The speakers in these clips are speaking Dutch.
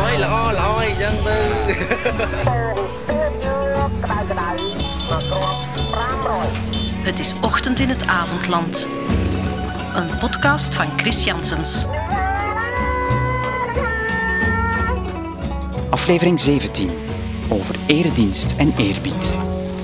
Hoi, hoi, Het is ochtend in het avondland. Een podcast van Chris Janssens. Aflevering 17. Over eredienst en eerbied.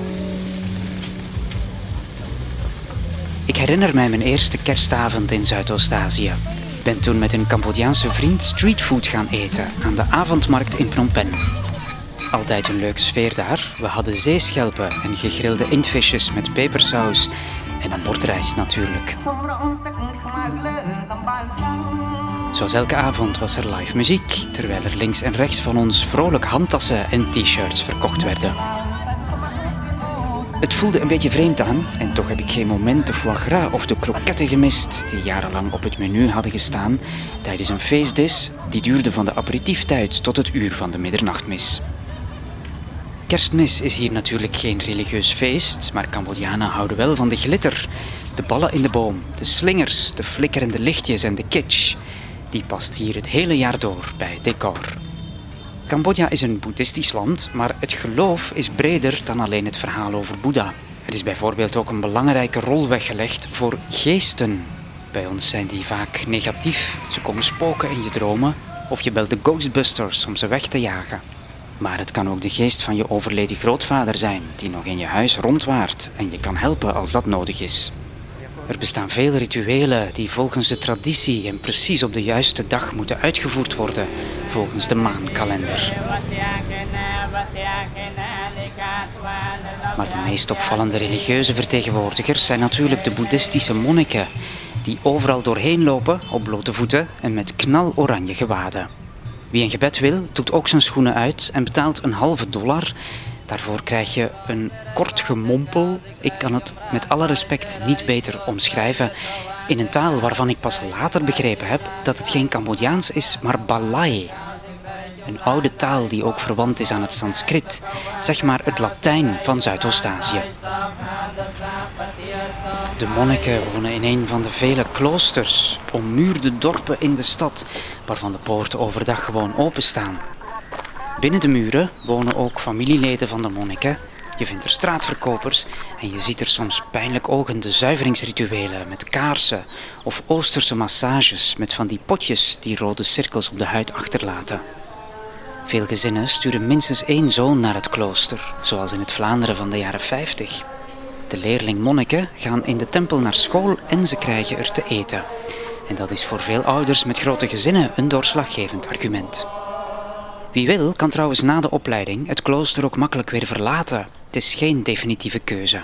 Ik herinner mij mijn eerste kerstavond in Zuidoost-Azië. Ik ben toen met een Cambodjaanse vriend streetfood gaan eten aan de avondmarkt in Phnom Penh. Altijd een leuke sfeer daar. We hadden zeeschelpen en gegrilde inktvisjes met pepersaus en een bord rijst natuurlijk. Zoals elke avond was er live muziek, terwijl er links en rechts van ons vrolijk handtassen en t-shirts verkocht werden. Het voelde een beetje vreemd aan en toch heb ik geen moment de foie gras of de kroketten gemist die jarenlang op het menu hadden gestaan tijdens een feestdis die duurde van de aperitieftijd tot het uur van de middernachtmis. Kerstmis is hier natuurlijk geen religieus feest, maar Cambodjanen houden wel van de glitter, de ballen in de boom, de slingers, de flikkerende lichtjes en de kitsch. Die past hier het hele jaar door bij het decor. Cambodja is een boeddhistisch land, maar het geloof is breder dan alleen het verhaal over Boeddha. Er is bijvoorbeeld ook een belangrijke rol weggelegd voor geesten. Bij ons zijn die vaak negatief. Ze komen spoken in je dromen of je belt de Ghostbusters om ze weg te jagen. Maar het kan ook de geest van je overleden grootvader zijn, die nog in je huis rondwaart en je kan helpen als dat nodig is. Er bestaan veel rituelen die volgens de traditie en precies op de juiste dag moeten uitgevoerd worden, volgens de maankalender. Maar de meest opvallende religieuze vertegenwoordigers zijn natuurlijk de boeddhistische monniken, die overal doorheen lopen op blote voeten en met knaloranje gewaden. Wie een gebed wil, doet ook zijn schoenen uit en betaalt $1,50. Daarvoor krijg je een kort gemompel. Ik kan het met alle respect niet beter omschrijven. In een taal waarvan ik pas later begrepen heb dat het geen Cambodjaans is, maar Balai. Een oude taal die ook verwant is aan het Sanskriet. Zeg maar het Latijn van Zuidoost-Azië. De monniken wonen in een van de vele kloosters, ommuurde dorpen in de stad, waarvan de poorten overdag gewoon openstaan. Binnen de muren wonen ook familieleden van de monniken. Je vindt er straatverkopers en je ziet er soms pijnlijk ogende zuiveringsrituelen met kaarsen of Oosterse massages met van die potjes die rode cirkels op de huid achterlaten. Veel gezinnen sturen minstens 1 zoon naar het klooster, zoals in het Vlaanderen van de jaren 50. De leerling-monniken gaan in de tempel naar school en ze krijgen er te eten. En dat is voor veel ouders met grote gezinnen een doorslaggevend argument. Wie wil, kan trouwens na de opleiding het klooster ook makkelijk weer verlaten. Het is geen definitieve keuze.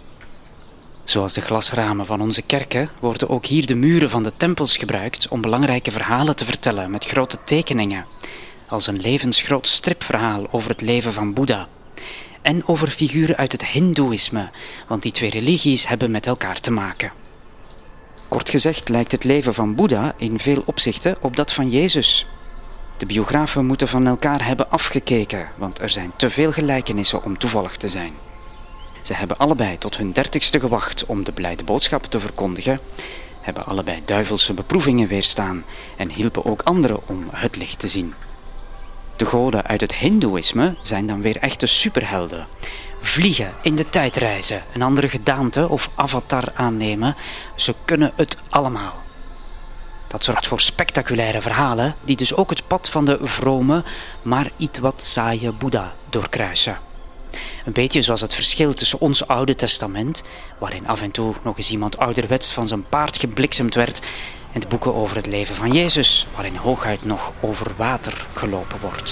Zoals de glasramen van onze kerken worden ook hier de muren van de tempels gebruikt om belangrijke verhalen te vertellen met grote tekeningen. Als een levensgroot stripverhaal over het leven van Boeddha. En over figuren uit het Hindoeïsme, want die 2 religies hebben met elkaar te maken. Kort gezegd lijkt het leven van Boeddha in veel opzichten op dat van Jezus. De biografen moeten van elkaar hebben afgekeken, want er zijn te veel gelijkenissen om toevallig te zijn. Ze hebben allebei tot hun 30ste gewacht om de blijde boodschap te verkondigen, hebben allebei duivelse beproevingen weerstaan en hielpen ook anderen om het licht te zien. De goden uit het Hindoeïsme zijn dan weer echte superhelden. Vliegen, in de tijd reizen, een andere gedaante of avatar aannemen, ze kunnen het allemaal. Dat zorgt voor spectaculaire verhalen die dus ook het pad van de vrome, maar iets wat saaie Boeddha doorkruisen. Een beetje zoals het verschil tussen ons Oude Testament, waarin af en toe nog eens iemand ouderwets van zijn paard gebliksemd werd, en de boeken over het leven van Jezus, waarin hooguit nog over water gelopen wordt.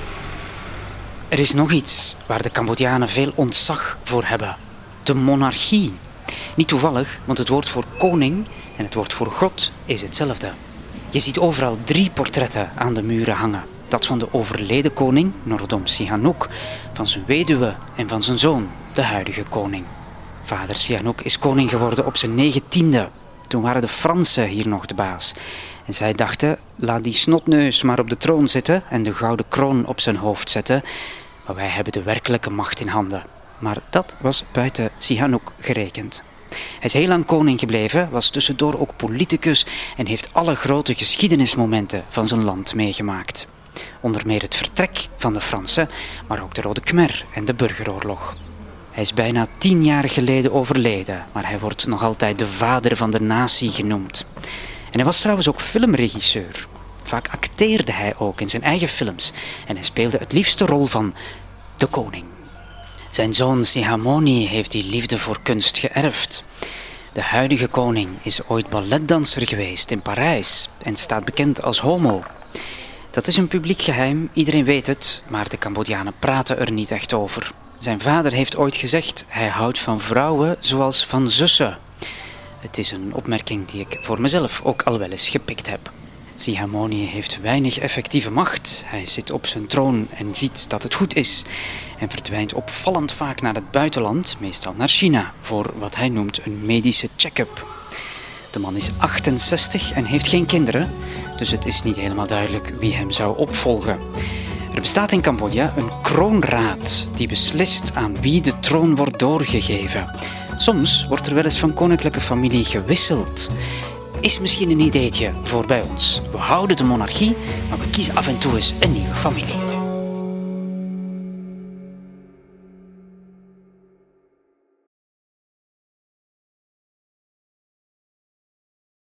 Er is nog iets waar de Cambodjanen veel ontzag voor hebben. De monarchie. Niet toevallig, want het woord voor koning en het woord voor God is hetzelfde. Je ziet overal 3 portretten aan de muren hangen. Dat van de overleden koning, Norodom Sihanouk, van zijn weduwe en van zijn zoon, de huidige koning. Vader Sihanouk is koning geworden op zijn 19e. Toen waren de Fransen hier nog de baas. En zij dachten, laat die snotneus maar op de troon zitten en de gouden kroon op zijn hoofd zetten. Maar wij hebben de werkelijke macht in handen. Maar dat was buiten Sihanouk gerekend. Hij is heel lang koning gebleven, was tussendoor ook politicus en heeft alle grote geschiedenismomenten van zijn land meegemaakt. Onder meer het vertrek van de Fransen, maar ook de Rode Khmer en de burgeroorlog. Hij is bijna 10 jaar geleden overleden, maar hij wordt nog altijd de vader van de natie genoemd. En hij was trouwens ook filmregisseur. Vaak acteerde hij ook in zijn eigen films en hij speelde het liefst de rol van de koning. Zijn zoon Sihamoni heeft die liefde voor kunst geërfd. De huidige koning is ooit balletdanser geweest in Parijs en staat bekend als homo. Dat is een publiek geheim, iedereen weet het, maar de Cambodjanen praten er niet echt over. Zijn vader heeft ooit gezegd, hij houdt van vrouwen zoals van zussen. Het is een opmerking die ik voor mezelf ook al wel eens gepikt heb. Sihamoni heeft weinig effectieve macht. Hij zit op zijn troon en ziet dat het goed is. En verdwijnt opvallend vaak naar het buitenland, meestal naar China, voor wat hij noemt een medische check-up. De man is 68 en heeft geen kinderen, dus het is niet helemaal duidelijk wie hem zou opvolgen. Er bestaat in Cambodja een kroonraad die beslist aan wie de troon wordt doorgegeven. Soms wordt er wel eens van koninklijke familie gewisseld. Is misschien een ideetje voor bij ons. We houden de monarchie, maar we kiezen af en toe eens een nieuwe familie.